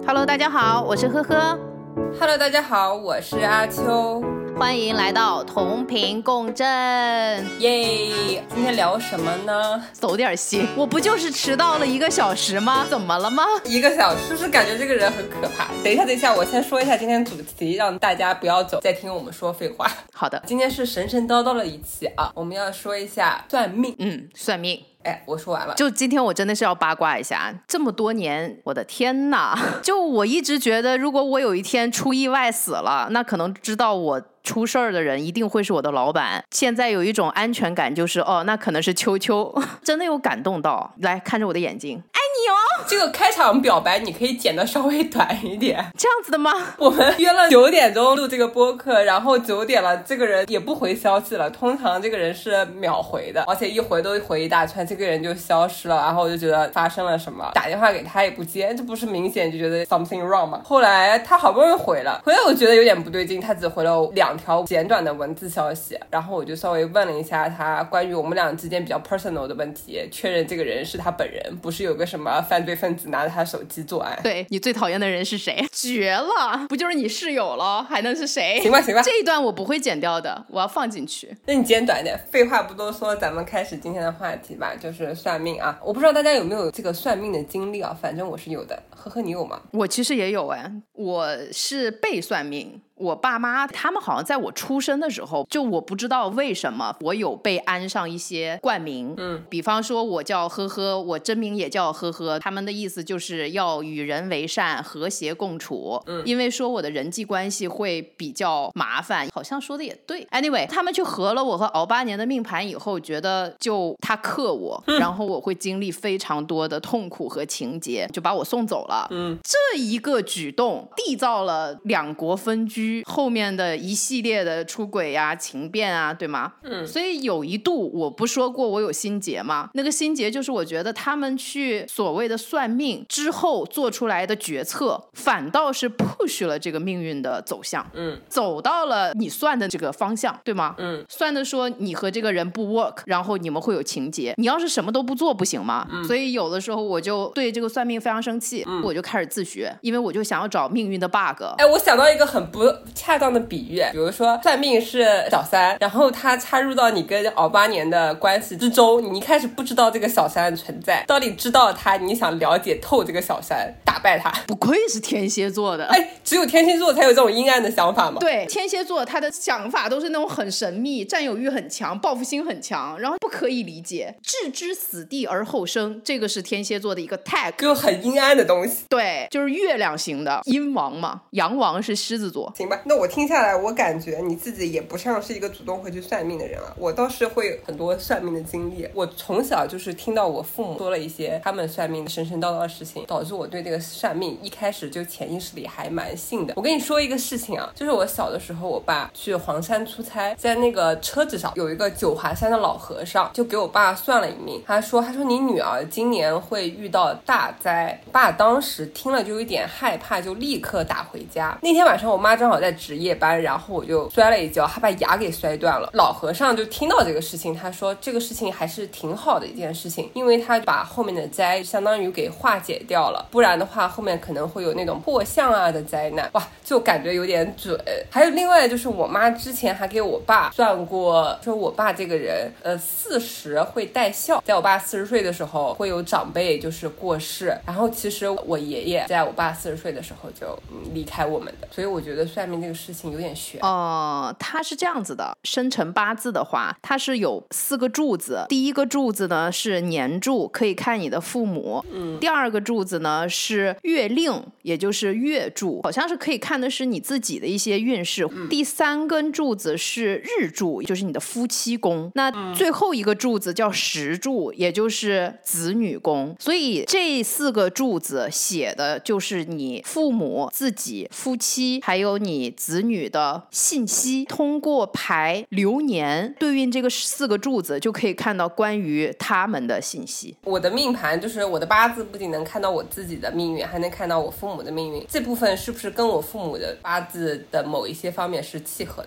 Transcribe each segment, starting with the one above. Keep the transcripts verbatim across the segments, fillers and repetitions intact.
Hello， 大家好，我是呵呵。 Hello， 大家好，我是阿秋。 欢迎来到同频共振， 耶！今天聊什么呢？ 走点心，我不就是迟到了一个小时吗？怎么了吗？ 一个小时，是不是感觉这个人很可怕？等一下，等一下，我先说一下今天主题，让大家不要走，再听我们说废话。 好的， 今天是神神叨叨的一期啊，我们要说一下算命。 嗯，算命。 哎，我说完了。 就今天我真的是要八卦一下，这么多年，我的天哪！就我一直觉得，如果我有一天出意外死了，那可能知道我出事儿的人一定会是我的老板。现在有一种安全感，就是哦，那可能是秋秋，真的有感动到。来看着我的眼睛，爱你哦。 这个开场表白你可以剪得稍微短一点。 这样子的吗？ 我们约了九点钟录这个播客，然后九点了，这个人也不回消息了。通常这个人是秒回的，而且一回都回一大串，这个人就消失了。然后我就觉得发生了什么，打电话给他也不接，这不是明显就觉得 something wrong 吗？后来他好不容易回了，回来我觉得有点不对劲，他只回了两条简短的文字消息，然后我就稍微问了一下他关于我们俩之间比较 personal 的问题，确认这个人是他本人，不是有个什么犯罪分子拿着他手机作案。 对，你最讨厌的人是谁？绝了，不就是你室友了，还能是谁？ 行吧行吧， 这一段我不会剪掉的，我要放进去。 那你简短一点，废话不多说，咱们开始今天的话题吧，就是算命啊。我不知道大家有没有这个算命的经历啊，反正我是有的。呵呵，你有吗？ 我其实也有哎，我是被算命。我爸妈他们好像在我出生的时候，就我不知道为什么我有被安上一些冠名，嗯，比方说我叫呵呵，我真名也叫呵呵，他们的意思就是要与人为善，和谐共处，嗯，因为说我的人际关系会比较麻烦，好像说的也对。Anyway， 他们去合了我和熬八年的命盘以后，觉得就他克我，嗯，然后我会经历非常多的痛苦和情节，就把我送走了。嗯，这一个举动缔造了两国分居。后面的一系列的出轨啊情变啊，对吗？嗯，所以有一度我不说过我有心结吗？那个心结就是我觉得他们去所谓的算命之后做出来的决策反倒是 push 了这个命运的走向，嗯，走到了你算的这个方向，对吗？嗯，算的说你和这个人不 work， 然后你们会有情节，你要是什么都不做不行吗？嗯，所以有的时候我就对这个算命非常生气，嗯，我就开始自学，因为我就想要找命运的 bug。 哎，我想到一个很不恰当的比喻，比如说算命是小三，然后他插入到你跟熬八年的关系之中，你一开始不知道这个小三的存在，到底知道他，你想了解透这个小三，打败他。 不愧是天蝎座的， 哎，只有天蝎座才有这种阴暗的想法吗？ 对，天蝎座他的想法都是那种很神秘，占有欲很强，报复心很强，然后不可以理解，置之死地而后生，这个是天蝎座的一个 tag， 就很阴暗的东西。 对，就是月亮型的阴王嘛，阳王是狮子座。 行吧，那我听下来，我感觉你自己也不像是一个主动会去算命的人啊。我倒是会有很多算命的经历，我从小就是听到我父母说了一些他们算命神神叨叨的事情，导致我对这个算命一开始就潜意识里还蛮信的。我跟你说一个事情啊，就是我小的时候，我爸去黄山出差，在那个车子上有一个九华山的老和尚，就给我爸算了一命。他说他说你女儿今年会遇到大灾。爸当时听了就有点害怕，就立刻打回家。那天晚上我妈正好在值夜班，然后我就摔了一跤，还把牙给摔断了。老和尚就听到这个事情，他说这个事情还是挺好的一件事情，因为他把后面的灾相当于给化解掉了，不然的话后面可能会有那种破相啊的灾难。哇，就感觉有点准。还有另外就是我妈之前还给我爸算过，说我爸这个人呃四十会带孝，在我爸四十岁的时候会有长辈就是过世，然后其实我爷爷在我爸四十岁的时候就、嗯、离开我们的，所以我觉得算命这个事情有点悬。 呃，它是这样子的，生辰八字的话，它是有四个柱子，第一个柱子呢是年柱，可以看你的父母，嗯，第二个柱子呢是月令，也就是月柱，好像是可以看的是你自己的一些运势，嗯，第三根柱子是日柱，就是你的夫妻宫，那最后一个柱子叫时柱，也就是子女宫，所以这四个柱子写的就是你父母、自己、夫妻还有你子女的信息。通过排流年对应这个四个柱子，就可以看到关于他们的信息。 我的命盘就是我的八字，不仅能看到我自己的命运，还能看到我父母的命运，这部分是不是跟我父母的八字的某一些方面是契合的呀？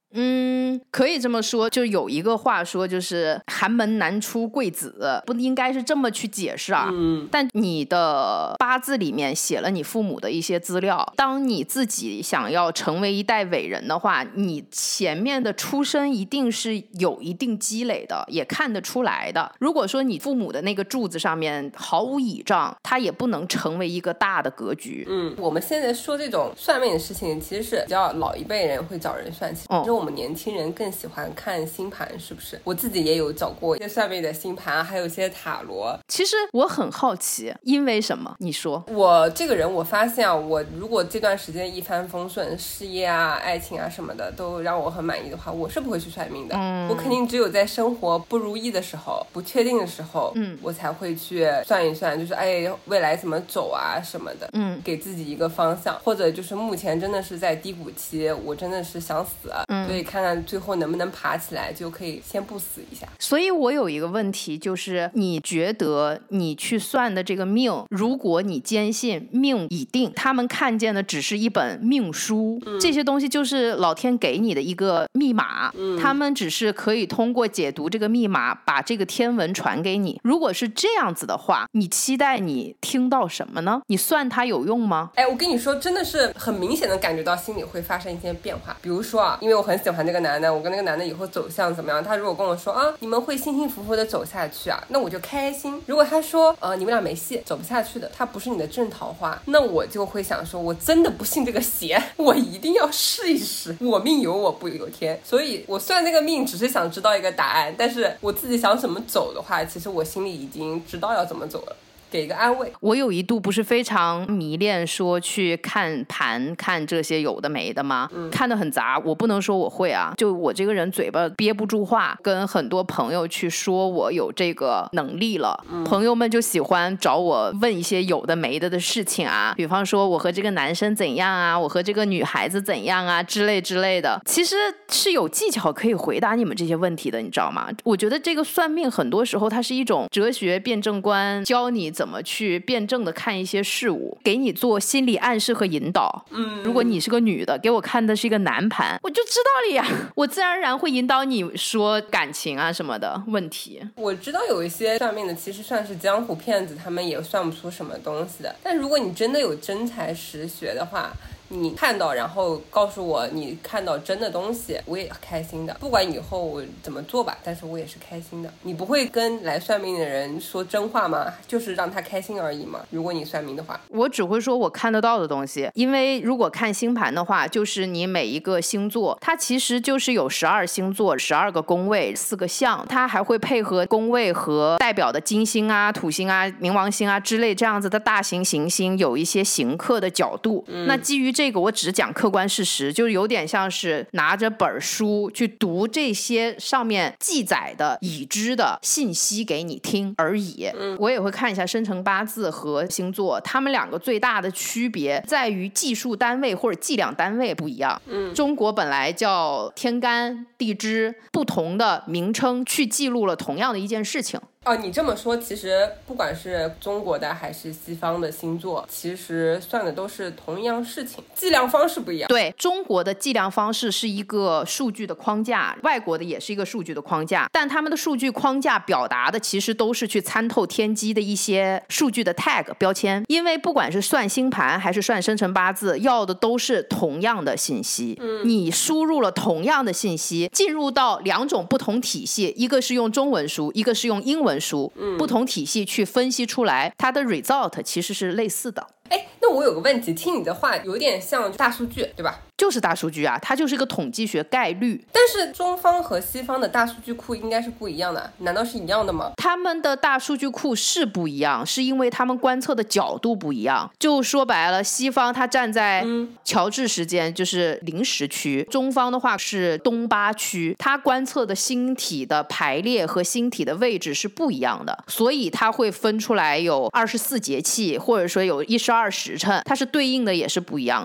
嗯，可以这么说，就有一个话说，就是寒门难出贵子，不应该是这么去解释啊。 嗯， 但你的八字里面写了你父母的一些资料，当你自己想要成为一代伟人的话，你前面的出身一定是有一定积累的，也看得出来的。如果说你父母的那个柱子上面毫无倚仗，它也不能成为一个大的格局。 嗯，我们现在说这种算命的事情，其实是比较老一辈人会找人算，其实我们年轻人更喜欢看星盘，是不是？我自己也有找过一些算命的星盘，还有一些塔罗。 其实我很好奇，因为什么？你说。 我这个人，我发现啊，我如果这段时间一帆风顺，事业啊、爱情啊什么的都让我很满意的话，我是不会去算命的。嗯，我肯定只有在生活不如意的时候、不确定的时候，嗯，我才会去算一算，就是哎，未来怎么走啊什么的，嗯，给自己一个方向，或者就是目前真的是在低谷期，我真的是想死，嗯，所以看看最后能不能爬起来，就可以先不死一下。 所以我有一个问题，就是你觉得你去算的这个命，如果你坚信命已定，他们看见的只是一本命书，嗯，这些东西就是老天给你的一个密码，嗯，他们只是可以通过解读这个密码把这个天文传给你。如果是这样子的话，你期待你听到什么呢？你算它有用吗？ 哎，我跟你说，真的是很明显的感觉到心里会发生一些变化。比如说啊，因为我很喜欢这个男的，我跟那个男的以后走向怎么样，他如果跟我说啊，你们会幸幸福福的走下去啊，那我就开心。如果他说呃，你们俩没戏，走不下去的，他不是你的正桃花，那我就会想说，我真的不信这个邪，我一定要试一试，我命由我不由天。所以我算这个命只是想知道一个答案，但是我自己想怎么走的话，其实我心里已经知道要怎么走了，给个安慰。 我有一度不是非常迷恋说去看盘看这些有的没的吗？嗯，看得很杂。我不能说我会啊，就我这个人嘴巴憋不住话，跟很多朋友去说我有这个能力了，嗯，朋友们就喜欢找我问一些有的没的的事情啊，比方说我和这个男生怎样啊，我和这个女孩子怎样啊之类之类的。其实是有技巧可以回答你们这些问题的，你知道吗？我觉得这个算命很多时候它是一种哲学辩证观，教你怎么去辩证的看一些事物，给你做心理暗示和引导。嗯，如果你是个女的，给我看的是一个男盘，我就知道了呀，我自然而然会引导你说感情啊什么的问题。 我知道有一些算命的其实算是江湖骗子，他们也算不出什么东西的。但如果你真的有真才实学的话，你看到然后告诉我你看到真的东西，我也开心的，不管以后我怎么做吧，但是我也是开心的。你不会跟来算命的人说真话吗？就是让他开心而已嘛。如果你算命的话， 我只会说我看得到的东西，因为如果看星盘的话，就是你每一个星座它其实就是有十二星座，十二个宫位，四个象，它还会配合宫位和代表的金星啊、土星啊、冥王星啊之类这样子的大型行星有一些行克的角度，嗯，那基于这个我只讲客观事实，就有点像是拿着本书去读这些上面记载的已知的信息给你听而已。嗯，我也会看一下生辰八字和星座，他们两个最大的区别在于计数单位或者计量单位不一样。嗯，中国本来叫天干地支，不同的名称去记录了同样的一件事情。 哦，你这么说，其实不管是中国的还是西方的星座，其实算的都是同一样事情，计量方式不一样。 对，中国的计量方式是一个数据的框架，外国的也是一个数据的框架，但他们的数据框架表达的其实都是去参透天机的一些数据的 tag 标签。因为不管是算星盘还是算生辰八字，要的都是同样的信息。嗯，你输入了同样的信息，进入到两种不同体系，一个是用中文书，一个是用英文书，嗯，不同体系去分析出来，它的 result 其实是类似的。 哎，那我有个问题，听你的话有点像大数据，对吧？ 就是大数据啊，它就是一个统计学概率。 但是中方和西方的大数据库应该是不一样的，难道是一样的吗？ 他们的大数据库是不一样，是因为他们观测的角度不一样。就说白了，西方它站在乔治时间，就是零时区，中方的话是东八区，它观测的星体的排列和星体的位置是不一样的，所以它会分出来有二十四节气，或者说有一十二时辰，它是对应的也是不一样的。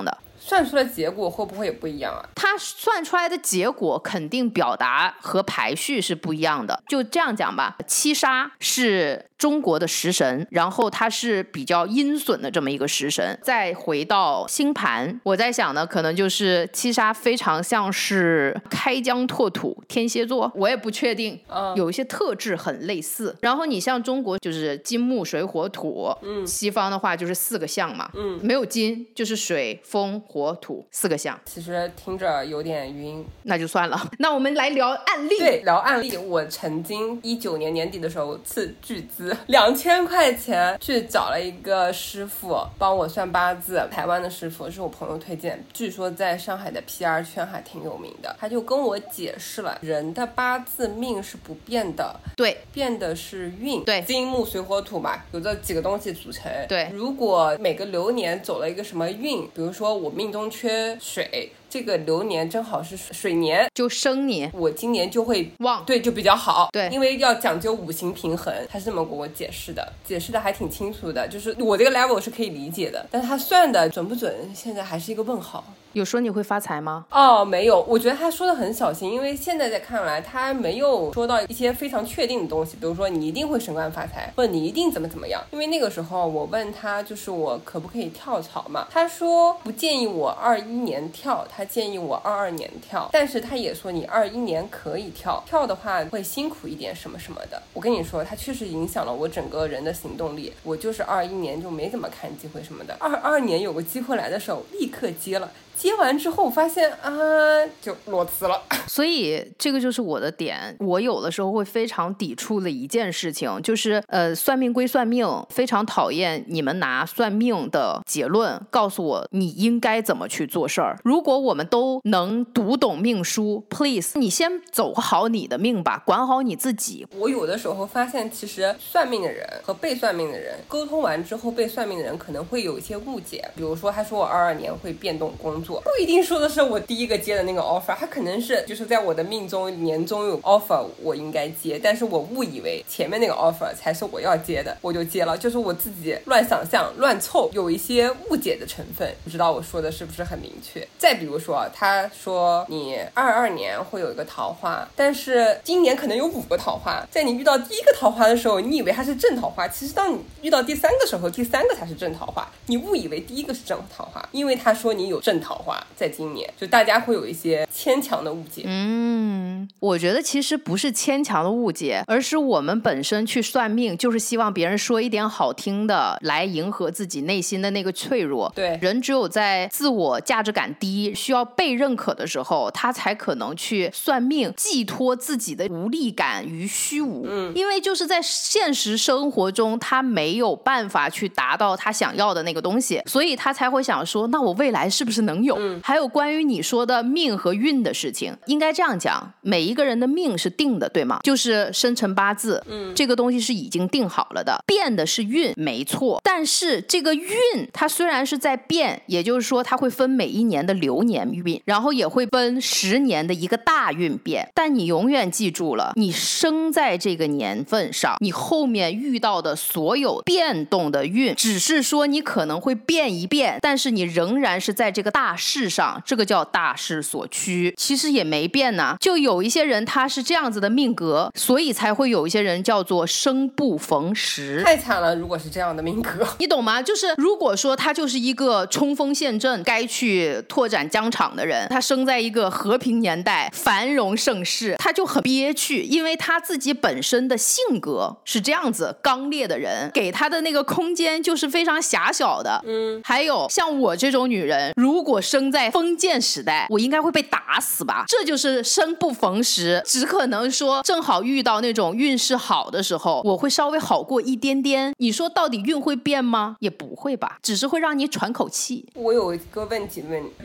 算出来结果会不会也不一样啊？ 它算出来的结果肯定表达和排序是不一样的。就这样讲吧，七杀是中国的食神，然后它是比较阴损的这么一个食神。再回到星盘，我在想呢，可能就是七杀非常像是开疆拓土，天蝎座，我也不确定， 嗯， 有一些特质很类似。然后你像中国就是金木水火土， 嗯， 西方的话就是四个象嘛，嗯，没有金就是水风火土四个象， 其实听着有点晕， 那就算了。那我们来聊案例。 对，聊案例。我曾经一九年年底的时候斥巨资两千块钱去找了一个师傅帮我算八字，台湾的师傅是我朋友推荐，据说在上海的 P R 圈还挺有名的。他就跟我解释了人的八字命是不变的， 对， 变的是运， 对， 金木水火土嘛，有这几个东西组成。 对， 如果每个流年走了一个什么运，比如说我命中缺水，这个流年正好是水年， 就生你， 我今年就会旺， 对，就比较好。 对， 因为要讲究五行平衡，他是这么给我解释的，解释的还挺清楚的，就是我这个 level 是可以理解的，但是他算的准不准，现在还是一个问号。 有说你会发财吗？ 哦，没有，我觉得他说的很小心，因为现在在看来他没有说到一些非常确定的东西，比如说你一定会升官发财，或者你一定怎么怎么样。因为那个时候我问他就是我可不可以跳槽嘛，他说不建议我二一年跳，他建议我二二年跳，但是他也说你二一年可以跳，跳的话会辛苦一点什么什么的。我跟你说，他确实影响了我整个人的行动力，我就是二一年就没怎么看机会什么的，二二年有个机会来的时候立刻接了，接完之后发现啊，就裸辞了。 所以这个就是我的点，我有的时候会非常抵触的一件事情，就是呃，算命归算命，非常讨厌你们拿算命的结论告诉我你应该怎么去做事儿。如果我们都能读懂命书 ，please， 你先走好你的命吧，管好你自己。 我有的时候发现，其实算命的人和被算命的人沟通完之后，被算命的人可能会有一些误解，比如说他说我二二年会变动工作，不一定说的是我第一个接的那个 offer， 他可能是就是在我的命中年中有 offer 我应该接，但是我误以为前面那个 offer 才是我要接的，我就接了，就是我自己乱想象乱凑，有一些误解的成分，不知道我说的是不是很明确。再比如说他说你二二年会有一个桃花，但是今年可能有五个桃花，在你遇到第一个桃花的时候你以为它是正桃花，其实当你遇到第三个时候，第三个才是正桃花，你误以为第一个是正桃花，因为他说你有正桃花在今年，就大家会有一些牵强的误解。 嗯，我觉得其实不是牵强的误解，而是我们本身去算命就是希望别人说一点好听的来迎合自己内心的那个脆弱。 对， 人只有在自我价值感低需要被认可的时候，他才可能去算命寄托自己的无力感于虚无。嗯，因为就是在现实生活中他没有办法去达到他想要的那个东西，所以他才会想说那我未来是不是能有。嗯，还有关于你说的命和运的事情，应该这样讲，每一个人的命是定的，对吗？就是生辰八字，嗯，这个东西是已经定好了的，变的是运，没错。但是这个运它虽然是在变，也就是说它会分每一年的流年运，然后也会分十年的一个大运变，但你永远记住了，你生在这个年份上，你后面遇到的所有变动的运，只是说你可能会变一变，但是你仍然是在这个大势上，这个叫大势所趋，其实也没变呢。就有一些人他是这样子的命格，所以才会有一些人叫做生不逢时。 太惨了，如果是这样的命格， 你懂吗？就是如果说他就是一个冲锋陷阵该去拓展疆场的人，他生在一个和平年代繁荣盛世，他就很憋屈，因为他自己本身的性格是这样子刚烈的人，给他的那个空间就是非常狭小的。嗯，还有像我这种女人，如果生在封建时代，我应该会被打死吧，这就是生不逢时，只可能说正好遇到那种运势好的时候，我会稍微好过一点点。你说到底运会变吗？也不会吧，只是会让你喘口气。 我有一个问题问你，比如说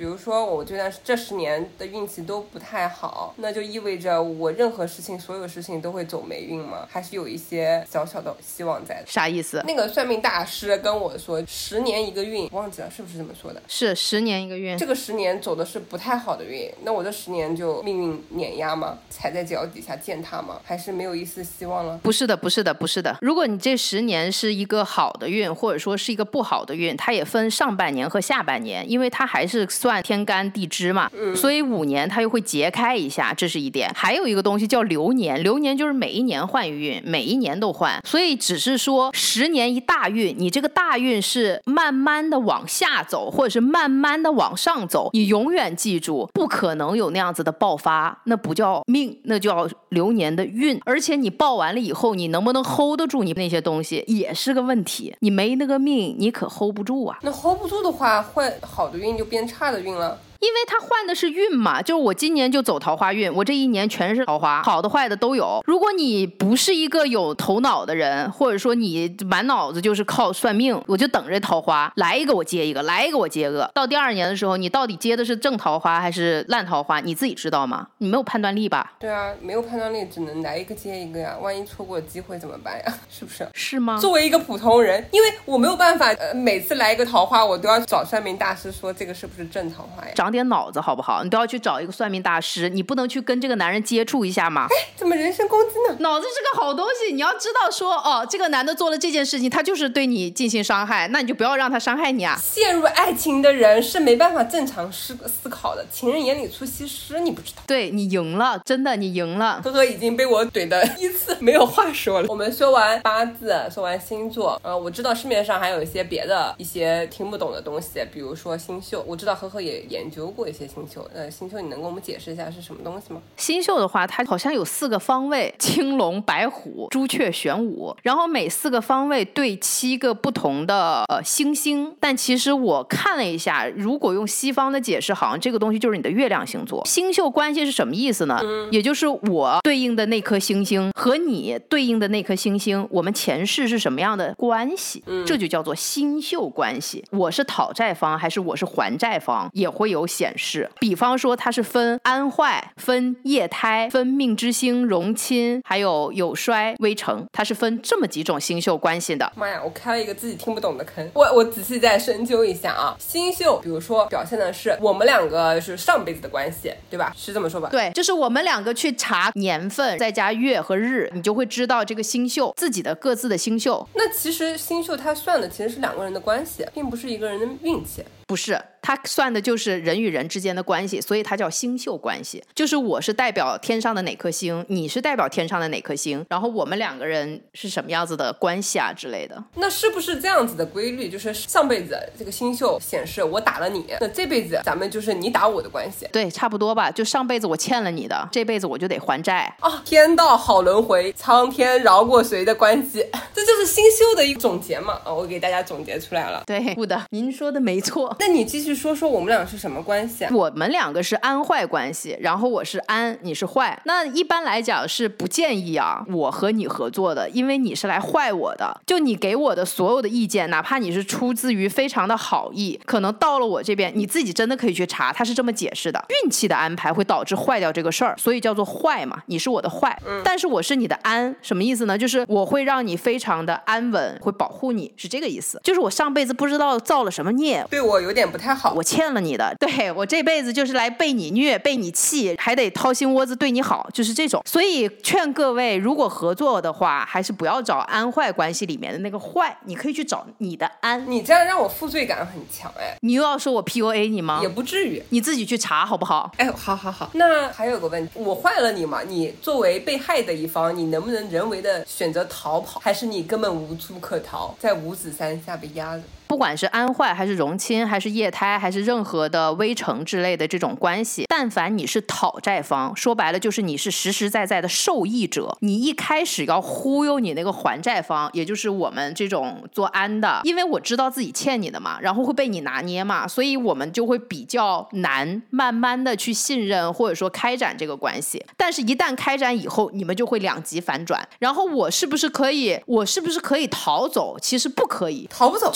我这段这十年的运气都不太好，那就意味着我任何事情所有事情都会走霉运吗？还是有一些小小的希望在的？ 啥意思？ 那个算命大师跟我说十年一个运，忘记了是不是这么说的？ 是十年一个运。 这个十年走的是不太好的运，那我这十年就命运碾压吗？踩在脚底下践踏吗？还是没有一丝希望了？ 不是的不是的不是的，如果你这十年是一个好的运，或者说是一个不好的运，它也分上半年和下半年，因为它还是算天干地支嘛、嗯、所以五年它又会截开一下，这是一点。还有一个东西叫流年，流年就是每一年换运，每一年都换，所以只是说十年一大运，你这个大运是慢慢的往下走，或者是慢慢的往上走，你永远记住不可能有那样子的爆发，那不叫命，那叫流年的运。而且你爆完了以后，你能不能 hold 得住你那些东西也是个问题，你没那个命你可 hold 不住啊。 那 hold 不住的话，换好的运就变差的运了。 因为他换的是运嘛，就是我今年就走桃花运，我这一年全是桃花，好的坏的都有。如果你不是一个有头脑的人，或者说你满脑子就是靠算命，我就等着桃花来一个我接一个，来一个我接一个，到第二年的时候你到底接的是正桃花还是烂桃花，你自己知道吗？你没有判断力吧？ 对啊，没有判断力，只能来一个接一个呀，万一错过机会怎么办呀？是不是？ 是吗？ 作为一个普通人，因为我没有办法、呃、每次来一个桃花我都要找算命大师说这个是不是正桃花呀。 长点脑子好不好？你都要去找一个算命大师，你不能去跟这个男人接触一下吗？ 哎，怎么人身攻击呢？ 脑子是个好东西，你要知道说哦，这个男的做了这件事情，他就是对你进行伤害，那你就不要让他伤害你啊。 陷入爱情的人是没办法正常思思考的，情人眼里出西施，你不知道。 对，你赢了，真的你赢了。 呵呵，已经被我怼的一次没有话说了。我们说完八字，说完星座，呃，我知道市面上还有一些别的一些听不懂的东西，比如说星宿，我知道呵呵也研究过一些星宿。呃，星宿你能跟我们解释一下是什么东西吗？ 星宿的话，它好像有四个方位：青龙、白虎、朱雀、玄武，然后每四个方位对七个不同的呃星星。但其实我看了一下，如果用西方的解释，好像这个东西就是你的月亮星座。星宿关系是什么意思呢？嗯、也就是我对应的那颗星星和你对应的那颗星星，我们前世是什么样的关系？嗯、这就叫做星宿关系。我是讨债方还是我是还债方，也会有显示。比方说它是分安坏、分业胎、分命之星、荣亲，还有有衰、微成，它是分这么几种星宿关系的。 妈呀，我开了一个自己听不懂的坑，我我仔细再深究一下啊。星宿比如说表现的是我们两个是上辈子的关系，对吧？是这么说吧？ 对，就是我们两个去查年份再加月和日，你就会知道这个星宿自己的各自的星宿。 那其实星宿它算的其实是两个人的关系，并不是一个人的运气。 不是，它算的就是人与人之间的关系，所以它叫星宿关系。就是我是代表天上的哪颗星，你是代表天上的哪颗星，然后我们两个人是什么样子的关系啊之类的。 那是不是这样子的规律，就是上辈子这个星宿显示我打了你，那这辈子咱们就是你打我的关系？ 对，差不多吧，就上辈子我欠了你的，这辈子我就得还债啊！天道好轮回，苍天饶过谁的关系，这就是星宿的一个总结嘛。啊，我给大家总结出来了。 对，不的，您说的没错。 那你继续说说我们俩是什么关系啊？ 我们两个是安坏关系，然后我是安，你是坏。那一般来讲是不建议啊我和你合作的，因为你是来坏我的。就你给我的所有的意见，哪怕你是出自于非常的好意，可能到了我这边你自己真的可以去查，他是这么解释的。运气的安排会导致坏掉这个事儿，所以叫做坏嘛，你是我的坏、嗯、但是我是你的安，什么意思呢？就是我会让你非常的安稳，会保护你，是这个意思。就是我上辈子不知道造了什么孽， 对我有点不太好， 我欠了你的，对，我这辈子就是来被你虐被你气，还得掏心窝子对你好，就是这种。所以劝各位，如果合作的话，还是不要找安坏关系里面的那个坏，你可以去找你的安。 你这样让我负罪感很强。哎， 你又要说我 P U A 你吗？ 也不至于， 你自己去查好不好？ 哎，好好好。那还有个问题，我坏了你嘛，你作为被害的一方，你能不能人为的选择逃跑，还是你根本无处可逃，在五指山下被压着？ 不管是安坏还是荣亲还是业胎还是任何的微成之类的这种关系，但凡你是讨债方，说白了就是你是实实在在的受益者，你一开始要忽悠你那个还债方，也就是我们这种做安的，因为我知道自己欠你的嘛，然后会被你拿捏嘛，所以我们就会比较难慢慢的去信任或者说开展这个关系。但是一旦开展以后，你们就会两极反转。然后我是不是可以我是不是可以逃走？其实不可以， 逃不走， 就是得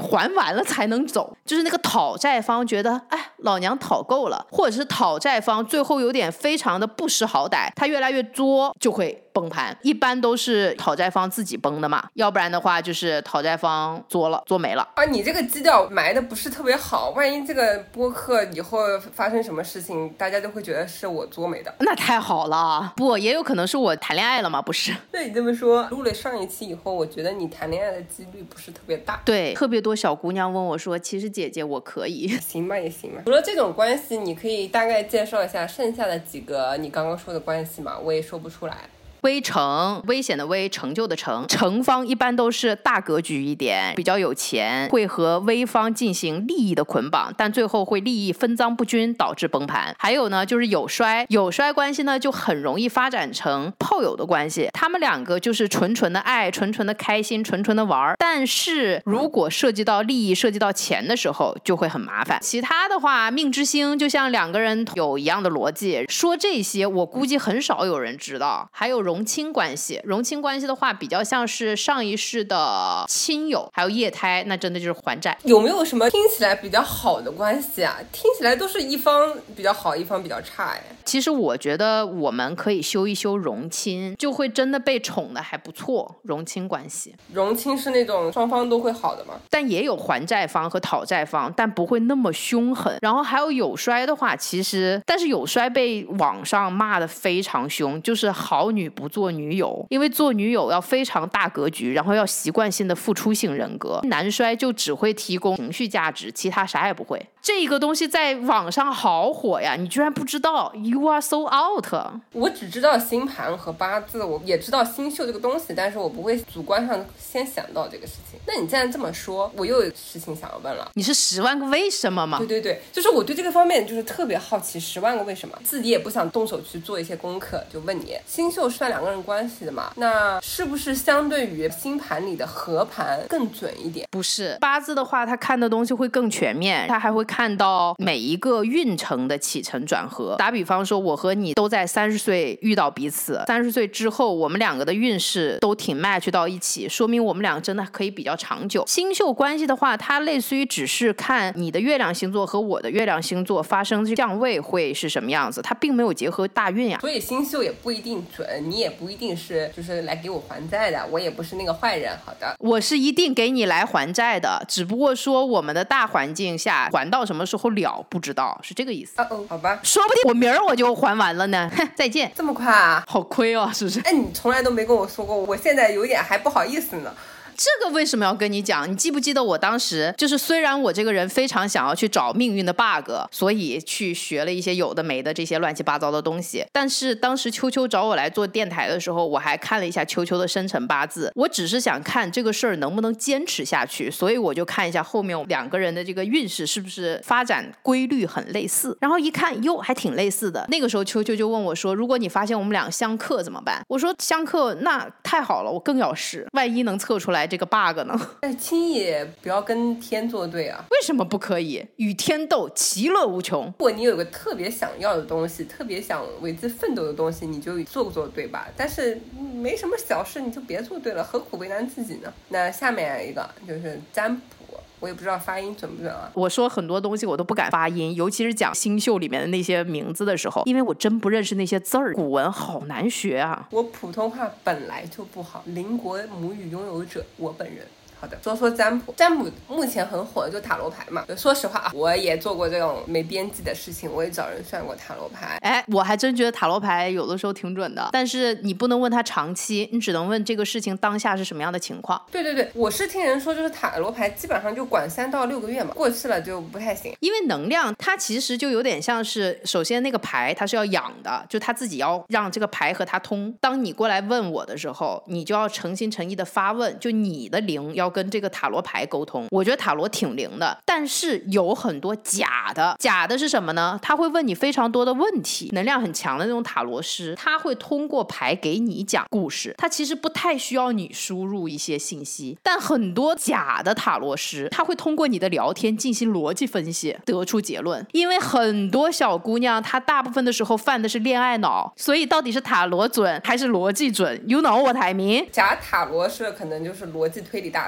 还完了才能走，就是那个讨债方觉得哎老娘讨够了，或者是讨债方最后有点非常的不识好歹，他越来越作就会崩盘，一般都是讨债方自己崩的嘛，要不然的话就是讨债方作了作没了啊。你这个基调埋的不是特别好，万一这个播客以后发生什么事情，大家就会觉得是我作没的。 那太好了，不也有可能是我谈恋爱了吗？不是。 那你这么说，录了上一期以后，我觉得你谈恋爱的几率不是特别大。 对，特别多小姑娘问我说，其实姐姐我可以。 行吧也行吧。除了这种关系，你可以大概介绍一下剩下的几个你刚刚说的关系吗？我也说不出来。 危成，危险的危，成就的成，成方一般都是大格局一点，比较有钱，会和危方进行利益的捆绑，但最后会利益分赃不均，导致崩盘。还有呢，就是有衰，有衰关系呢就很容易发展成炮友的关系，他们两个就是纯纯的爱，纯纯的开心，纯纯的玩，但是如果涉及到利益，涉及到钱的时候就会很麻烦。其他的话，命之星就像两个人有一样的逻辑，说这些我估计很少有人知道。还有荣亲关系，荣亲关系的话比较像是上一世的亲友，还有液胎，那真的就是还债。 有没有什么听起来比较好的关系啊？听起来都是一方比较好，一方比较差哎。 其实我觉得我们可以修一修荣亲，就会真的被宠的还不错。荣亲关系， 荣亲是那种双方都会好的吗？ 但也有还债方和讨债方，但不会那么凶狠。然后还有有衰的话，其实但是有衰被网上骂的非常凶，就是好女不做女友，因为做女友要非常大格局，然后要习惯性的付出性人格。男衰就只会提供情绪价值，其他啥也不会。这个东西在网上好火呀，你居然不知道？ You are so out。 我只知道星盘和八字，我也知道星宿这个东西，但是我不会主观上先想到这个事情。那你既然这么说，我又有事情想要问了。 你是十万个为什么吗？ 对对对，就是我对这个方面就是特别好奇，十万个为什么，自己也不想动手去做一些功课，就问你，星宿是算两个人关系的嘛？那是不是相对于星盘里的合盘更准一点？ 不是，八字的话他看的东西会更全面，他还会看到每一个运程的起承转合。打比方说，我和你都在三十岁遇到彼此，三十岁之后我们两个的运势都挺 match 到一起，说明我们俩真的可以比较长久。星宿关系的话，它类似于只是看你的月亮星座和我的月亮星座发生相位会是什么样子，它并没有结合大运呀。 所以星宿也不一定准，你也不一定是就是来给我还债的，我也不是那个坏人。好的， 我是一定给你来还债的，只不过说我们的大环境下还到什么时候了不知道，是这个意思。 哦哦，好吧， 说不定我明儿我就还完了呢。哼，再见。 这么快啊？ 好亏哦，是不是？ 哎，你从来都没跟我说过，我现在有点还不好意思呢。 这个为什么要跟你讲？你记不记得我当时就是虽然我这个人非常想要去找命运的 bug， 所以去学了一些有的没的这些乱七八糟的东西，但是当时秋秋找我来做电台的时候，我还看了一下秋秋的生辰八字，我只是想看这个事儿能不能坚持下去，所以我就看一下后面两个人的这个运势是不是发展规律很类似，然后一看哟还挺类似的。那个时候秋秋就问我说，如果你发现我们俩相克怎么办？我说相克那太好了，我更要试，万一能测出来这个 bug 呢？ 但是轻易也不要跟天作对啊。 为什么不可以？与天斗，其乐无穷。 如果你有个特别想要的东西，特别想为之奋斗的东西，你就做做对吧？但是没什么小事你就别做对了，何苦为难自己呢？那下面一个就是占卜，我也不知道发音准不准啊。 我说很多东西我都不敢发音，尤其是讲星宿里面的那些名字的时候，因为我真不认识那些字儿，古文好难学啊。 我普通话本来就不好，邻国母语拥有者我本人。好的，说说占卜。占卜目前很火的就塔罗牌嘛。说实话，我也做过这种没边际的事情，我也找人算过塔罗牌。 哎，我还真觉得塔罗牌有的时候挺准的，但是你不能问他长期，你只能问这个事情当下是什么样的情况。 对对对，我是听人说，就是塔罗牌基本上就管三到六个月嘛，过去了就不太行。 因为能量它其实就有点像是，首先那个牌它是要养的，就他自己要让这个牌和他通。当你过来问我的时候，你就要诚心诚意的发问，就你的灵要跟这个塔罗牌沟通。我觉得塔罗挺灵的，但是有很多假的。假的是什么呢？他会问你非常多的问题，能量很强的那种塔罗师，他会通过牌给你讲故事，他其实不太需要你输入一些信息。但很多假的塔罗师，他会通过你的聊天进行逻辑分析，得出结论。因为很多小姑娘她大部分的时候犯的是恋爱脑，所以到底是塔罗准还是逻辑准 You know what I mean？ 假塔罗师可能就是逻辑推理大师，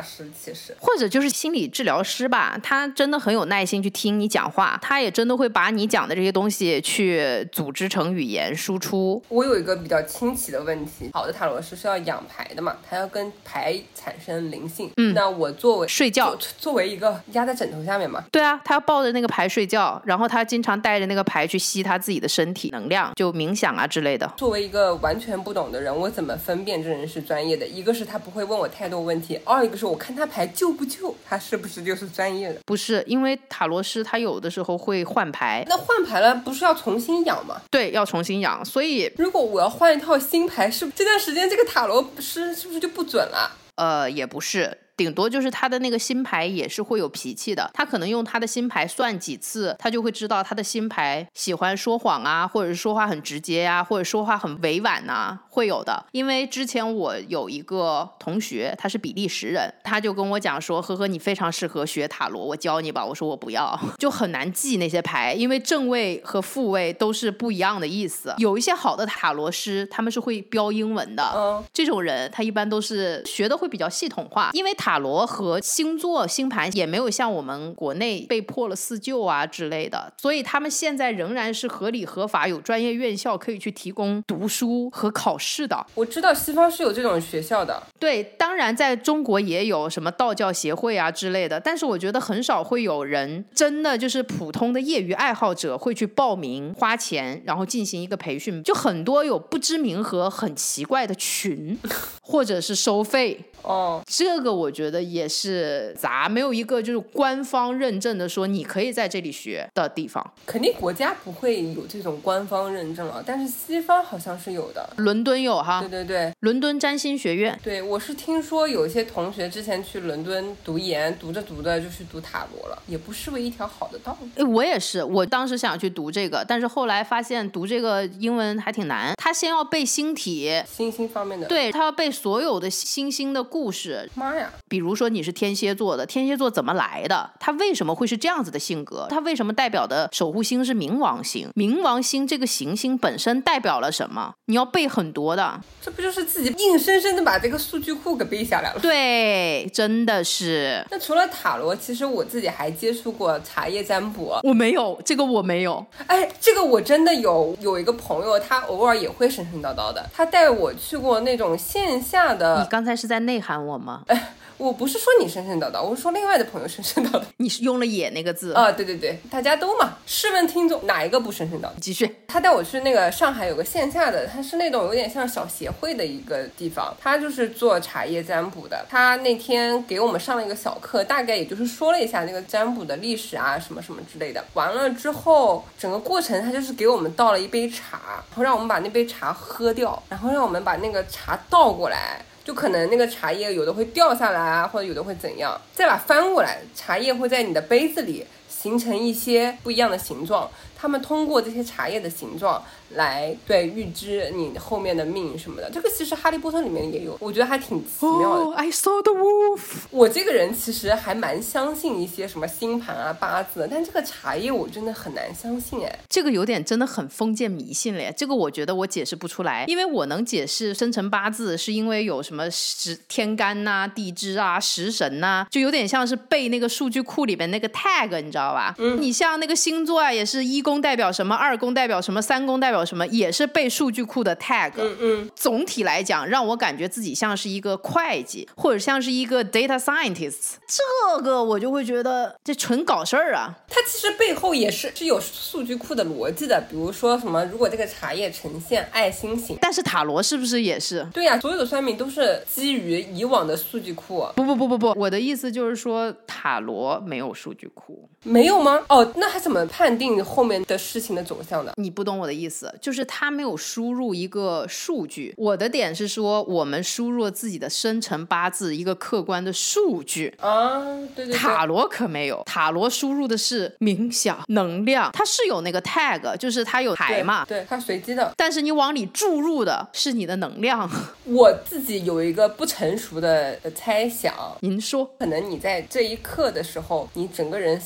师，其实或者就是心理治疗师吧，他真的很有耐心去听你讲话，他也真的会把你讲的这些东西去组织成语言输出。 我有一个比较清奇的问题，好的塔罗师是要养牌的嘛，他要跟牌产生灵性。嗯，那我作为睡觉， 作为一个压在枕头下面嘛， 对啊，他要抱着那个牌睡觉，然后他经常带着那个牌去吸他自己的身体能量，就冥想啊之类的。 作为一个完全不懂的人，我怎么分辨这人是专业的？一个是他不会问我太多问题，二一个是我看他牌救不救，他是不是就是专业的？ 不是，因为塔罗师他有的时候会换牌。 那换牌了不是要重新养吗？ 对，要重新养。所以如果我要换一套新牌，是这段时间这个塔罗师是不是就不准了？ 呃，也不是，顶多就是他的那个新牌也是会有脾气的，他可能用他的新牌算几次，他就会知道他的新牌喜欢说谎啊，或者是说话很直接啊，或者说话很委婉啊，会有的。因为之前我有一个同学，他是比利时人，他就跟我讲说，呵呵，你非常适合学塔罗，我教你吧。我说我不要，就很难记那些牌，因为正位和副位都是不一样的意思。有一些好的塔罗师，他们是会标英文的， 嗯， 这种人他一般都是学的会比较系统化，因为塔罗和星座星盘也没有像我们国内被破了四旧啊之类的，所以他们现在仍然是合理合法，有专业院校可以去提供读书和考试的。 我知道西方是有这种学校的， 对，当然在中国也有什么道教协会啊之类的，但是我觉得很少会有人真的就是普通的业余爱好者会去报名花钱然后进行一个培训，就很多有不知名和很奇怪的群或者是收费。 哦， 这个我觉得也是咱没有一个就是官方认证的说你可以在这里学的地方。 肯定国家不会有这种官方认证了，但是西方好像是有的。 伦敦有哈， 对对对， 伦敦占星学院。 对，我是听说有一些同学之前去伦敦读研，读着读着就去读塔罗了，也不失为一条好的道路。 哎，我也是，我当时想去读这个，但是后来发现读这个英文还挺难，他先要背星体， 星星方面的， 对，他要背所有的星星的故事。 妈呀， 比如说你是天蝎座的，天蝎座怎么来的，他为什么会是这样子的性格，他为什么代表的守护星是冥王星，冥王星这个行星本身代表了什么，你要背很多的。 这不就是自己硬生生的把这个数据库给背下来了？ 对，真的是。 那除了塔罗，其实我自己还接触过茶叶占卜。 我没有，这个我没有。 哎，这个我真的有，有一个朋友他偶尔也会神神叨叨的，他带我去过那种线下的。 你刚才是在内涵我吗？ 哎，我不是说你神神叨叨，我是说另外的朋友神神叨叨。 你是用了也那个字啊？对对对，大家都嘛。试问听众，哪一个不神神叨叨？ 继续。 他带我去那个上海有个线下的，他是那种有点像小协会的一个地方，他就是做茶叶占卜的。他那天给我们上了一个小课，大概也就是说了一下那个占卜的历史啊，什么什么之类的。完了之后，整个过程他就是给我们倒了一杯茶，然后让我们把那杯茶喝掉，然后让我们把那个茶倒过来。就可能那个茶叶有的会掉下来啊，或者有的会怎样，再把翻过来，茶叶会在你的杯子里形成一些不一样的形状，他们通过这些茶叶的形状来对预知你后面的命什么的。这个其实哈利波特里面也有，我觉得还挺奇妙的。 Oh, I saw the wolf。 我这个人其实还蛮相信一些什么星盘啊八字，但这个茶叶我真的很难相信。哎， 这个有点真的很封建迷信了，这个我觉得我解释不出来，因为我能解释生辰八字是因为有什么时天干啊地支啊食神啊，就有点像是背那个数据库里面那个 tag， 你知道吧？嗯，你像那个星座啊，也是一宫代表什么，二宫代表什么，三宫代表什么，也是背数据库的 tag。 嗯嗯， 总体来讲让我感觉自己像是一个会计或者像是一个 data scientist， 这个我就会觉得这纯搞事儿啊。 它其实背后也是是有数据库的逻辑的，比如说什么如果这个茶叶呈现爱心形， 但是塔罗是不是也是？ 对呀、啊，所有的算命都是基于以往的数据库。 不不不不不，我的意思就是说塔罗没有数据库。 没有吗？哦，那他怎么判定后面的事情的走向的？ 你不懂我的意思，就是他没有输入一个数据。我的点是说我们输入了自己的生辰八字一个客观的数据啊，对对对， 塔罗可没有，塔罗输入的是冥想能量，它是有那个 tag， 就是它有牌嘛， 对，对，它随机的， 但是你往里注入的是你的能量。 我自己有一个不成熟的猜想， 您说， 可能你在这一刻的时候，你整个人散发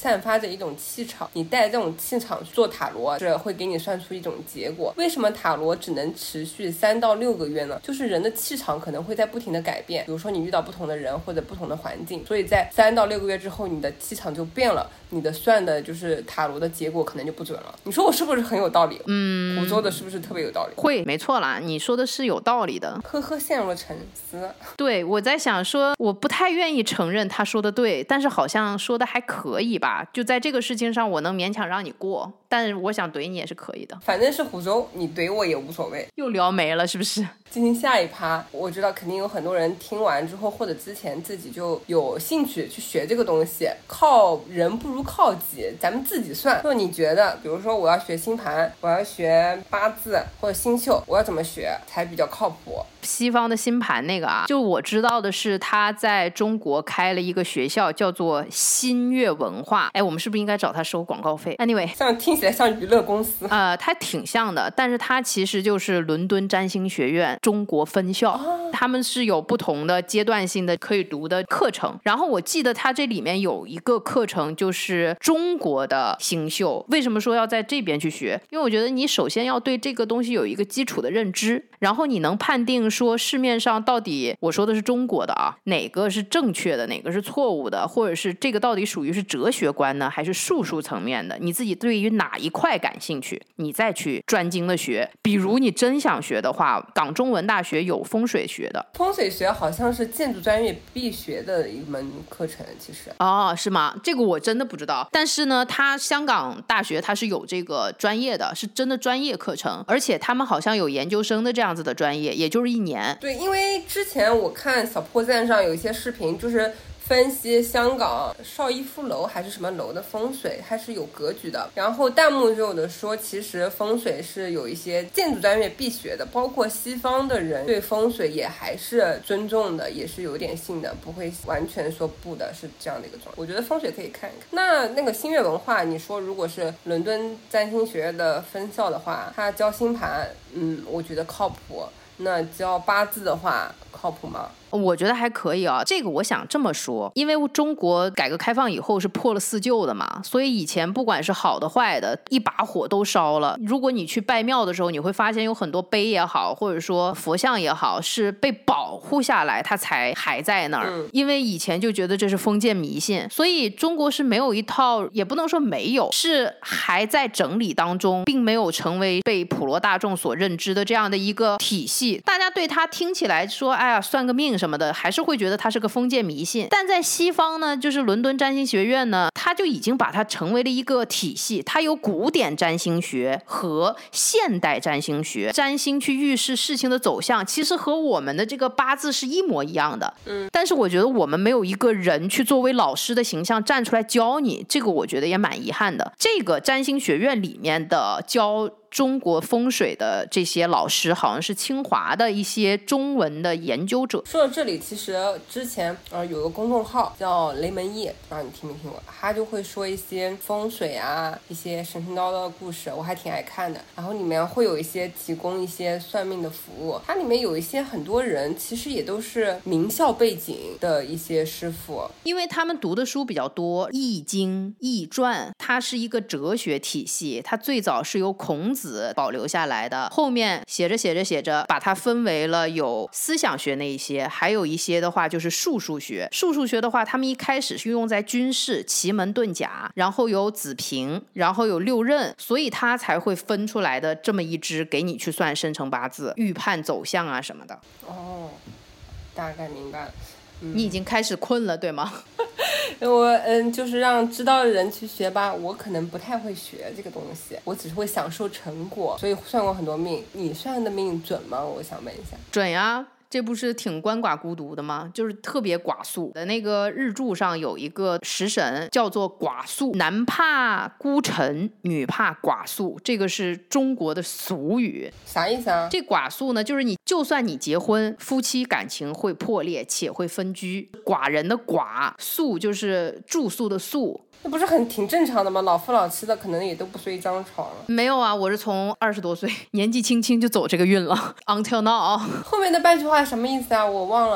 着一种气场，你带这种气场做塔罗是会给你算出一种结果。为什么塔罗只能持续三到六个月呢？就是人的气场可能会在不停的改变，比如说你遇到不同的人或者不同的环境，所以在三到六个月之后你的气场就变了，你的算的就是塔罗的结果可能就不准了。你说我是不是很有道理？嗯，湖州的是不是特别有道理？ 会，没错啦，你说的是有道理的。 呵呵，陷入了沉思。 对，我在想说我不太愿意承认他说的对，但是好像说的还可以吧，就在这个事情上我能勉强让你过，但是我想怼你也是可以的。 反正是湖州，你怼我也无所谓。 又聊没了是不是？ 进行下一趴，我知道肯定有很多人听完之后或者之前自己就有兴趣去学这个东西，靠人不如靠己，咱们自己算。说你觉得比如说我要学星盘，我要学八字或者星宿，我要怎么学才比较靠谱？ 西方的星盘那个啊，就我知道的是他在中国开了一个学校叫做新月文化。哎，我们是不是应该找他收广告费？ Anyway， 像听起来像娱乐公司。 呃，他挺像的，但是他其实就是伦敦占星学院中国分校、哦、他们是有不同的阶段性的可以读的课程。然后我记得他这里面有一个课程就是中国的星宿。为什么说要在这边去学？因为我觉得你首先要对这个东西有一个基础的认知，然后你能判定说市面上到底，我说的是中国的啊，哪个是正确的，哪个是错误的，或者是这个到底属于是哲学观呢，还是术数层面的，你自己对于哪一块感兴趣，你再去专精的学。比如你真想学的话，港中文大学有风水学的。 风水学好像是建筑专业必学的一门课程。其实哦，是吗？这个我真的不知道。但是呢，它香港大学它是有这个专业的，是真的专业课程，而且他们好像有研究生的这样子的专业，也就是一年。 对，因为之前我看小破站上有一些视频，就是分析香港邵逸夫楼还是什么楼的风水，还是有格局的。然后弹幕就有的说，其实风水是有一些建筑专业必学的，包括西方的人对风水也还是尊重的，也是有点信的，不会完全说不的，是这样的一个状态。我觉得风水可以看一看。那那个新月文化，你说如果是伦敦占星学院的分校的话，他教星盘，嗯，我觉得靠谱。那教八字的话靠谱吗？ 我觉得还可以啊。这个我想这么说，因为中国改革开放以后是破了四旧的嘛，所以以前不管是好的坏的，一把火都烧了。如果你去拜庙的时候，你会发现有很多碑也好，或者说佛像也好，是被保护下来它才还在那儿、嗯、因为以前就觉得这是封建迷信，所以中国是没有一套，也不能说没有，是还在整理当中，并没有成为被普罗大众所认知的这样的一个体系。大家对它听起来说哎呀算个命什么的，还是会觉得它是个封建迷信。但在西方呢，就是伦敦占星学院呢，它就已经把它成为了一个体系，它有古典占星学和现代占星学，占星去预示事情的走向，其实和我们的这个八字是一模一样的。嗯，但是我觉得我们没有一个人去作为老师的形象站出来教你，这个我觉得也蛮遗憾的。这个占星学院里面的教中国风水的这些老师好像是清华的一些中文的研究者。 说到这里，其实之前呃有个公众号叫雷门义，不知道你听没听过，他就会说一些风水啊，一些神神叨叨的故事，我还挺爱看的。然后里面会有一些提供一些算命的服务，它里面有一些很多人其实也都是名校背景的一些师傅， 因为他们读的书比较多，易经、易传，它是一个哲学体系，它最早是由孔子保留下来的，后面写着写着写着把它分为了有思想学那一些，还有一些的话就是术数学。术数学的话他们一开始是用在军事、奇门遁甲，然后有子平，然后有六壬，所以它才会分出来的这么一支给你去算生辰八字、预判走向啊什么的。 哦，大概明白了。 嗯、你已经开始困了对吗？ 我嗯，就是让知道的人去学吧，我可能不太会学这个东西，我只是会享受成果，所以算过很多命。你算的命准吗？我想问一下。 准呀，这不是挺鳏寡孤独的吗？就是特别寡宿的。那个日柱上有一个食神叫做寡宿，男怕孤臣，女怕寡宿，这个是中国的俗语。 啥意思啊？ 这寡宿呢，就是你就算你结婚，夫妻感情会破裂且会分居。寡人的寡，宿就是住宿的宿。 那不是很挺正常的吗？老夫老妻的可能也都不睡一张床了。 没有啊，我是从二十多岁年纪轻轻就走这个运了 until now。 后面的半句话什么意思啊？我忘了。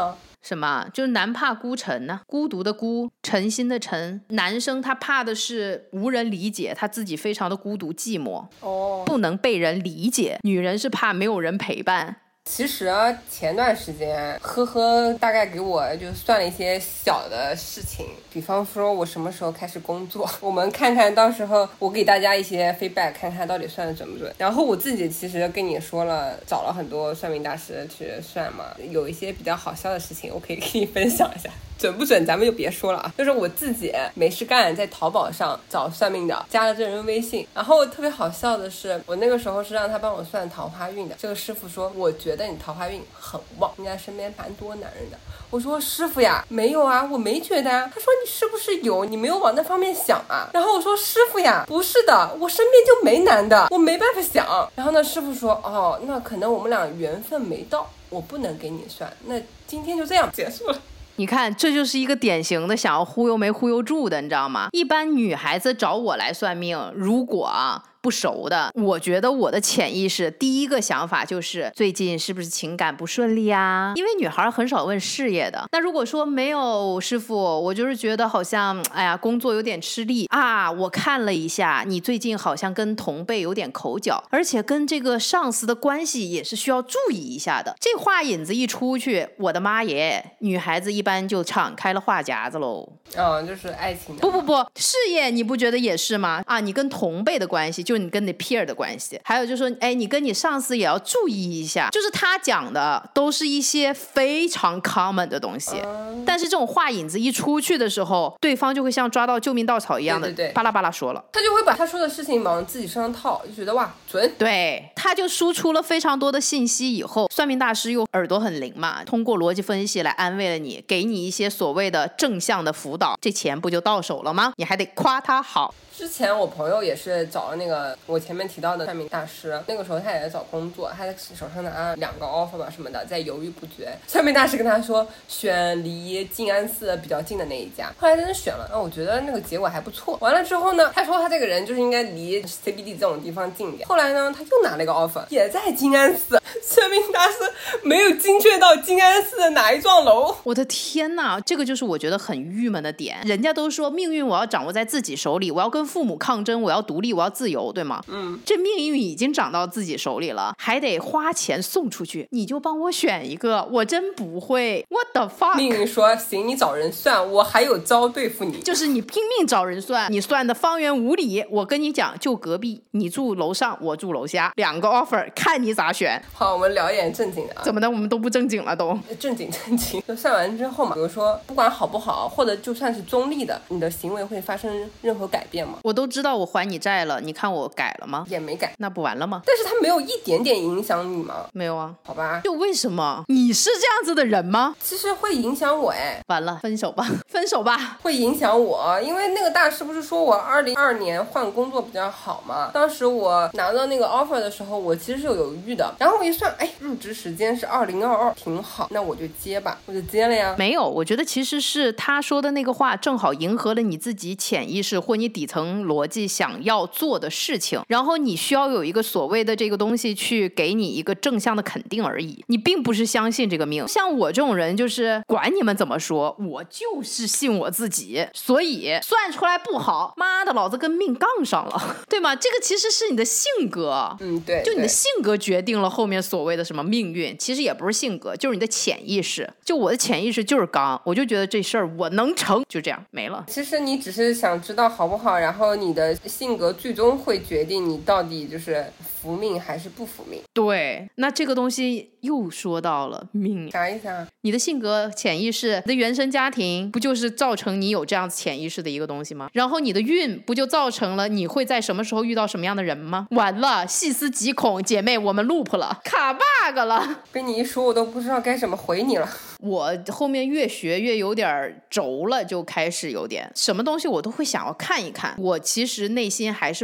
什么？就是男怕孤沉呢、啊，孤独的孤，诚心的诚。男生他怕的是无人理解，他自己非常的孤独寂寞， 哦， 不能被人理解。女人是怕没有人陪伴。 其实啊，前段时间呵呵大概给我就算了一些小的事情，比方说我什么时候开始工作，我们看看到时候我给大家一些 feedback， 看看到底算的准不准。然后我自己其实跟你说了，找了很多算命大师去算嘛，有一些比较好笑的事情我可以跟你分享一下，准不准咱们就别说了啊。就是我自己没事干，在淘宝上找算命的，加了这人微信，然后特别好笑的是，我那个时候是让他帮我算桃花运的。这个师傅说，我觉得你桃花运很旺，应该身边蛮多男人的。我说师傅呀，没有啊，我没觉得啊。他说你是不是有，你没有往那方面想啊。然后我说师傅呀，不是的，我身边就没男的，我没办法想。然后呢，师傅说，哦，那可能我们俩缘分没到，我不能给你算，那今天就这样结束了。 你看，这就是一个典型的想要忽悠没忽悠住的，你知道吗？一般女孩子找我来算命，如果啊不熟的，我觉得我的潜意识第一个想法就是最近是不是情感不顺利啊？因为女孩很少问事业的。那如果说没有师傅，我就是觉得好像哎呀工作有点吃力啊，我看了一下你最近好像跟同辈有点口角，而且跟这个上司的关系也是需要注意一下的。这话引子一出去，我的妈耶，女孩子一般就敞开了话匣子喽。 嗯，就是爱情的。 不不不，事业你不觉得也是吗？啊，你跟同辈的关系，就是你跟你 peer 的关系，还有就是说，哎，你跟你上司也要注意一下。就是他讲的都是一些非常 common 的东西，嗯、但是这种话引子一出去的时候，对方就会像抓到救命稻草一样的， 对对对， 巴拉巴拉说了， 他就会把他说的事情往自己身上套，就觉得哇准。 对，他就输出了非常多的信息以后，算命大师又耳朵很灵嘛，通过逻辑分析来安慰了你，给你一些所谓的正向的辅导，这钱不就到手了吗？你还得夸他好。 之前我朋友也是找了那个我前面提到的算命大师，那个时候他也在找工作，他在手上拿两个 offer 吧什么的，在犹豫不决。算命大师跟他说选离静安寺比较近的那一家，后来真的选了，那我觉得那个结果还不错。完了之后呢，他说他这个人就是应该离 C B D 这种地方近一点。后来呢，他又拿了一个 offer， 也在静安寺，算命大师没有精确到静安寺的哪一幢楼。 我的天哪，这个就是我觉得很郁闷的点。人家都说命运我要掌握在自己手里，我要跟父母抗争，我要独立，我要自由，对吗？ 嗯， 这命运已经掌到自己手里了，还得花钱送出去，你就帮我选一个，我真不会。What the fuck？ 命运说行，你找人算，我还有招对付你。 就是你拼命找人算，你算的方圆五里，我跟你讲，就隔壁，你住楼上，我住楼下，两个 offer， 看你咋选。 好，我们聊一点正经的啊。 怎么的？我们都不正经了都？ 正经正经。就算完之后嘛，比如说不管好不好，或者就算是中立的，你的行为会发生任何改变吗？ 我都知道我还你债了，你看我改了吗？ 也没改。 那不完了吗？ 但是它没有一点点影响你吗？ 没有啊。 好吧。 就为什么？你是这样子的人吗？ 其实会影响我哎。 完了，分手吧，分手吧。 会影响我，因为那个大师不是说我二零二二年换工作比较好吗？当时我拿到那个 offer 的时候，我其实是有犹豫的。然后我一算，哎，入职时间是二零二二，挺好，那我就接吧，我就接了呀。 没有，我觉得其实是他说的那个话正好迎合了你自己潜意识或你底层逻辑想要做的事情，然后你需要有一个所谓的这个东西去给你一个正向的肯定而已，你并不是相信这个命。像我这种人就是管你们怎么说，我就是信我自己，所以算出来不好，妈的老子跟命杠上了，对吗？这个其实是你的性格， 嗯，对， 就你的性格决定了后面所谓的什么命运，其实也不是性格，就是你的潜意识。就我的潜意识就是刚，我就觉得这事儿我能成，就这样没了。 其实你只是想知道好不好，然后你的性格最终会决定你到底就是服命还是不服命。 对，那这个东西又说到了命， 啥意思啊？ 你的性格、潜意识、你的原生家庭，不就是造成你有这样子潜意识的一个东西吗？然后你的运不就造成了你会在什么时候遇到什么样的人吗？完了，细思极恐，姐妹，我们 loop 了，卡 bug 了。 被你一说，我都不知道该怎么回你了。 我后面越学越有点轴了，就开始有点什么东西我都会想要看一看。我其实内心还是不肯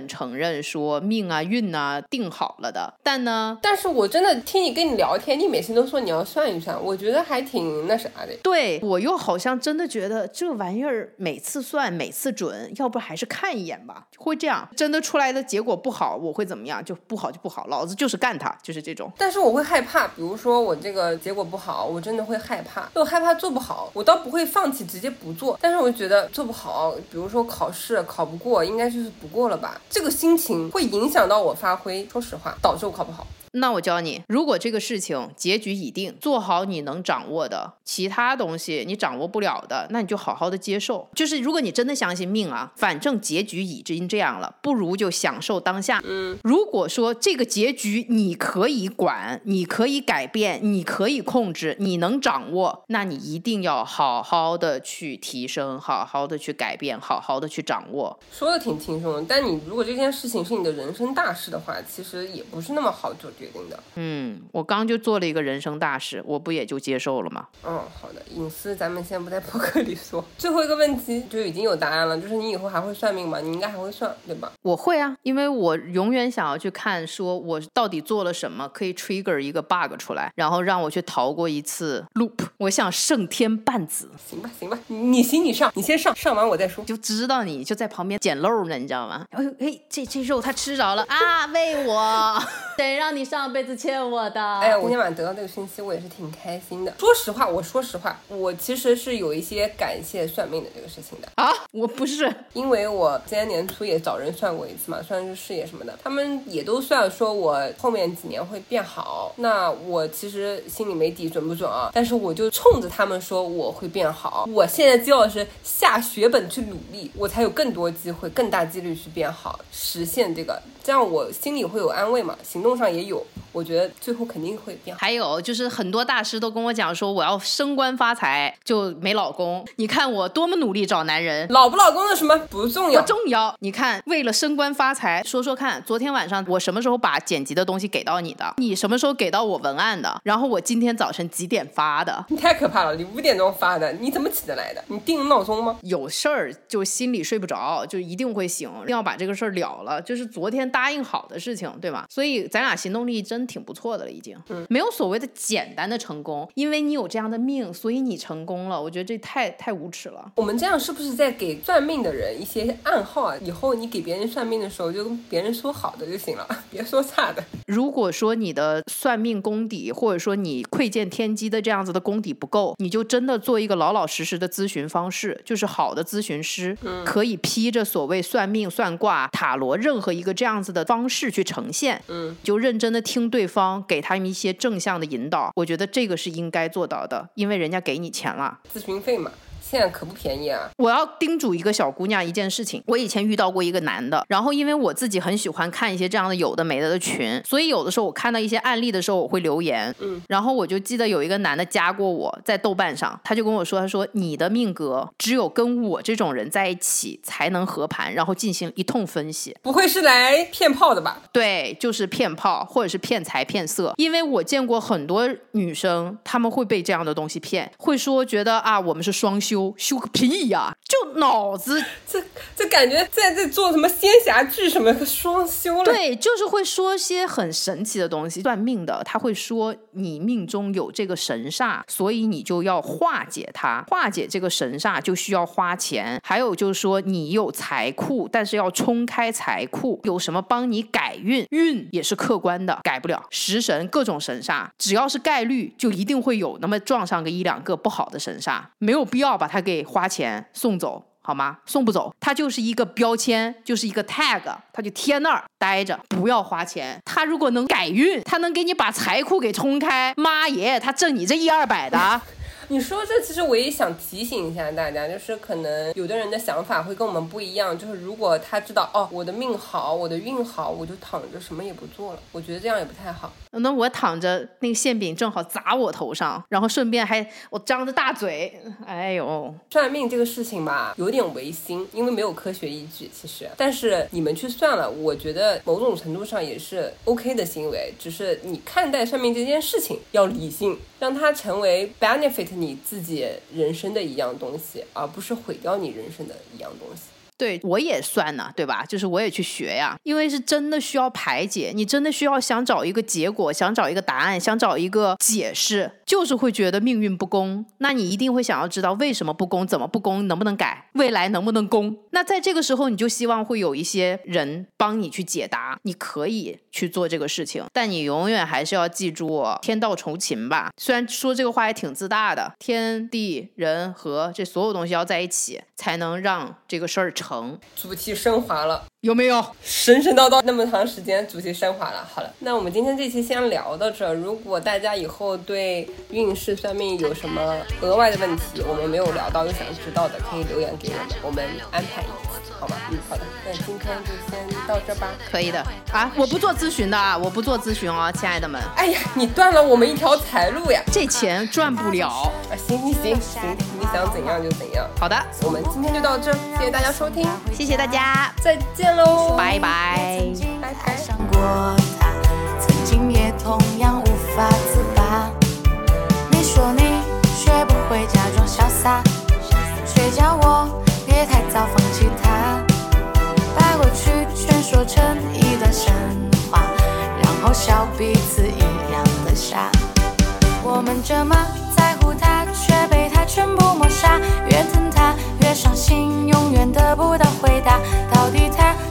承认说命啊运啊定好了的，但呢但是我真的听你跟你聊天，你每次都说你要算一算，我觉得还挺那啥的。 对，我又好像真的觉得这玩意儿每次算每次准，要不还是看一眼吧，会这样，真的出来的结果不好我会怎么样，就不好就不好，老子就是干它，就是这种。 但是我会害怕，比如说我这个结果不好，我真的会害怕，我害怕做不好，我倒不会放弃直接不做，但是我觉得做不好，比如说考试考不过，应该就是不过了吧，这个心情会影响到我发挥，说实话导致我考不好。 那我教你，如果这个事情结局已定，做好你能掌握的，其他东西你掌握不了的，那你就好好的接受。就是如果你真的相信命啊，反正结局已经这样了，不如就享受当下。嗯，如果说这个结局你可以管，你可以改变，你可以控制，你能掌握，那你一定要好好的去提升，好好的去改变，好好的去掌握。 说的挺轻松的，但你如果这件事情是你的人生大事的话，其实也不是那么好做决定的。 嗯，我刚就做了一个人生大事，我不也就接受了吗？ 嗯，好的，隐私咱们先不在播客里说。最后一个问题就已经有答案了，就是你以后还会算命吗？你应该还会算，对吧？ 我会啊，因为我永远想要去看说我到底做了什么可以 trigger 一个 bug 出来，然后让我去逃过一次 loop。我想胜天半子。 行吧行吧，你行你上，你先上，上完我再说。 就知道你就在旁边捡漏呢，你知道吗？哎哎，这这肉他吃着了啊，喂我，谁让你上辈子欠我的？ 哎呀，我今天晚上得到这个讯息，我也是挺开心的。说实话，我说实话，我其实是有一些感谢算命的这个事情的啊。我不是， 因为我今年年初也找人算过一次嘛，算是事业什么的，他们也都算说我后面几年会变好。那我其实心里没底准不准啊，但是我就冲着他们说我会变好。我现在就要是下血本去努力，我才有更多机会，更大几率去变好，实现这个，这样我心里会有安慰嘛，行动上也有，我觉得最后肯定会变好。 还有就是很多大师都跟我讲说我要升官发财就没老公，你看我多么努力找男人， 老不老公的什么不重要， 不重要。你看为了升官发财，说说看，昨天晚上我什么时候把剪辑的东西给到你的？你什么时候给到我文案的？然后我今天早晨几点发的？ 你太可怕了，你五点钟发的，你怎么起得来的？你定闹钟吗？ 有事儿就心里睡不着，就一定会醒，一定要把这个事儿了了，就是昨天答应好的事情，对吧？所以咱俩行动力真挺不错的了，已经、嗯、没有所谓的简单的成功，因为你有这样的命，所以你成功了。我觉得这太太无耻了。 我们这样是不是在给算命的人一些暗号啊？以后你给别人算命的时候就跟别人说好的就行了，别说差的。 如果说你的算命功底，或者说你窥见天机的这样子的功底不够，你就真的做一个老老实实的咨询方式，就是好的咨询师、嗯、可以披着所谓算命算卦塔罗任何一个这样子的方式去呈现，嗯，就认真的听对方，给他们一些正向的引导，我觉得这个是应该做到的，因为人家给你钱了， 咨询费嘛现在可不便宜啊。 我要叮嘱一个小姑娘一件事情，我以前遇到过一个男的，然后因为我自己很喜欢看一些这样的有的没的的群，所以有的时候我看到一些案例的时候我会留言，嗯，然后我就记得有一个男的加过我在豆瓣上，他就跟我说，他说你的命格只有跟我这种人在一起才能合盘，然后进行一通分析。 不会是来骗炮的吧？ 对，就是骗炮或者是骗财骗色，因为我见过很多女生她们会被这样的东西骗，会说觉得啊我们是双修，修个屁呀、啊！就脑子这这感觉在这做什么仙侠剧什么双修了。 对，就是会说些很神奇的东西。算命的他会说你命中有这个神煞，所以你就要化解它，化解这个神煞就需要花钱。还有就是说你有财库，但是要冲开财库，有什么帮你改运，运也是客观的，改不了。食神各种神煞，只要是概率就一定会有那么撞上个一两个不好的神煞，没有必要把它给花钱送走好吗？送不走，它就是一个标签，就是一个 tag， 它就贴那儿待着，不要花钱。它如果能改运，它能给你把财库给冲开，妈耶，它挣你这一二百的。 你说这其实我也想提醒一下大家，就是可能有的人的想法会跟我们不一样，就是如果他知道哦我的命好我的运好，我就躺着什么也不做了，我觉得这样也不太好。 那我躺着那个馅饼正好砸我头上，然后顺便还我张着大嘴，哎呦。 算命这个事情吧有点违心，因为没有科学依据其实，但是你们去算了，我觉得某种程度上也是 OK 的行为，只是你看待算命这件事情要理性，让它成为 benefit你自己人生的一样东西，而不是毁掉你人生的一样东西。 对，我也算呢，对吧？就是我也去学呀，因为是真的需要排解，你真的需要想找一个结果，想找一个答案，想找一个解释，就是会觉得命运不公，那你一定会想要知道为什么不公，怎么不公，能不能改，未来能不能公。那在这个时候你就希望会有一些人帮你去解答，你可以去做这个事情，但你永远还是要记住天道酬勤吧。虽然说这个话也挺自大的，天地人和这所有东西要在一起才能让这个事儿成。 主题升华了， 有没有？ 神神叨叨那么长时间，主题升华了。好了，那我们今天这期先聊到这。如果大家以后对运势算命有什么额外的问题，我们没有聊到又想知道的，可以留言给我们，我们安排一次，好吗？嗯，好的，那今天就先到这吧。 可以的啊，我不做咨询的啊，我不做咨询哦，亲爱的们。 哎呀，你断了我们一条财路呀， 这钱赚不了啊！行行行行，你想怎样就怎样。 好的， 我们今天就到这，谢谢大家收听， 谢谢大家， 再见喽， 拜拜， 拜拜。 想过他，曾经也同样无法自拔。你说你学不会假装潇洒，谁叫我别太早放弃他，把过去全说成一段神话，然后笑彼此一样的傻。我们这么在乎他，却被他全部抹杀，越疼他越伤心，永远得不到回答，到底他